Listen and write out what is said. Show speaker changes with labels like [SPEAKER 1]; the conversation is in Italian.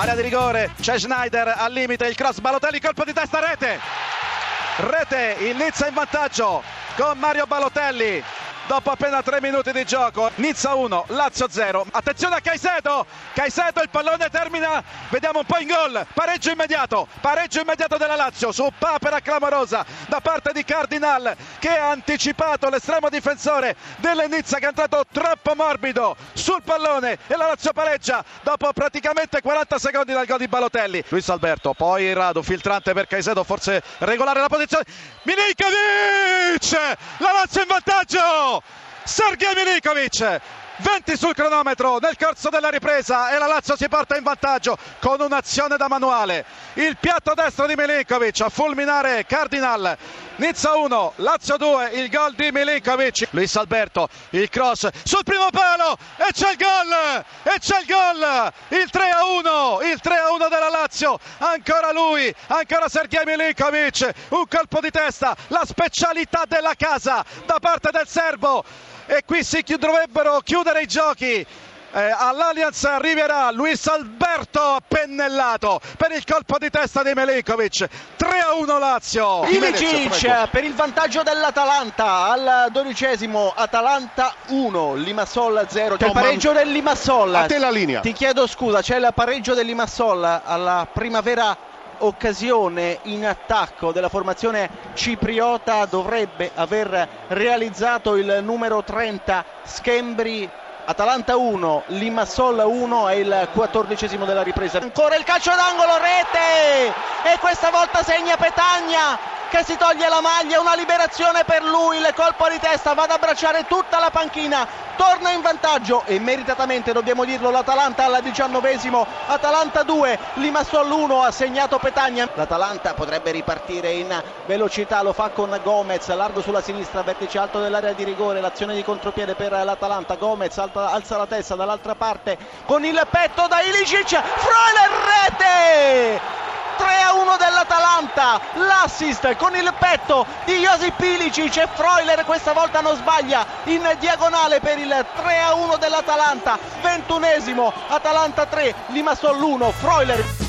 [SPEAKER 1] area di rigore, c'è Schneider al limite, il cross, Balotelli, colpo di testa, rete, il Nizza in vantaggio con Mario Balotelli dopo appena 3 minuti di gioco. Nizza 1, Lazio 0. Attenzione a Caicedo, il pallone termina, vediamo un po' in gol, pareggio immediato della Lazio su papera clamorosa da parte di Cardinal, che ha anticipato l'estremo difensore del Nizza, che è entrato troppo morbido sul pallone, e la Lazio pareggia dopo praticamente 40 secondi dal gol di Balotelli. Luis Alberto, poi Radu, filtrante per Caicedo, forse regolare la posizione, Milinkovic, la Lazio in vantaggio, Sergej Milinkovic, 20 sul cronometro nel corso della ripresa e la Lazio si porta in vantaggio con un'azione da manuale, il piatto destro di Milinkovic a fulminare Cardinal. Nizza 1, Lazio 2, il gol di Milinkovic. Luis Alberto, il cross sul primo palo e c'è il gol, il 3-1 della Lazio, ancora lui, ancora Sergej Milinkovic, un colpo di testa, la specialità della casa da parte del serbo, e qui si dovrebbero chiudere i giochi. All'Allianz arriverà Luis Alberto appennellato per il colpo di testa di Milinkovic. 3-1 Lazio.
[SPEAKER 2] Ilicic per il vantaggio dell'Atalanta al 12esimo, Atalanta 1, Limassol 0. C'è il pareggio del Limassol.
[SPEAKER 3] A te la linea.
[SPEAKER 2] Ti chiedo scusa, c'è il pareggio del Limassol alla primavera occasione in attacco della formazione cipriota, dovrebbe aver realizzato il numero 30 Schembri. Atalanta 1, Limassol 1, è il 14esimo della ripresa. Ancora il calcio d'angolo, rete, e questa volta segna Petagna, che si toglie la maglia, una liberazione per lui, il colpo di testa va ad abbracciare tutta la panchina, torna in vantaggio e meritatamente, dobbiamo dirlo, l'Atalanta al 19esimo, Atalanta 2, Limassol 1, ha segnato Petagna. L'Atalanta potrebbe ripartire in velocità, lo fa con Gomez, largo sulla sinistra, vertice alto dell'area di rigore, l'azione di contropiede per l'Atalanta, Gomez alza la testa dall'altra parte con il petto da Ilicic, Freuler, rete! 3-1 dell'Atalanta, l'assist con il petto di Josip Ilicic e Freuler questa volta non sbaglia in diagonale per il 3-1 dell'Atalanta. 21esimo, Atalanta 3, Limassol 1, Freuler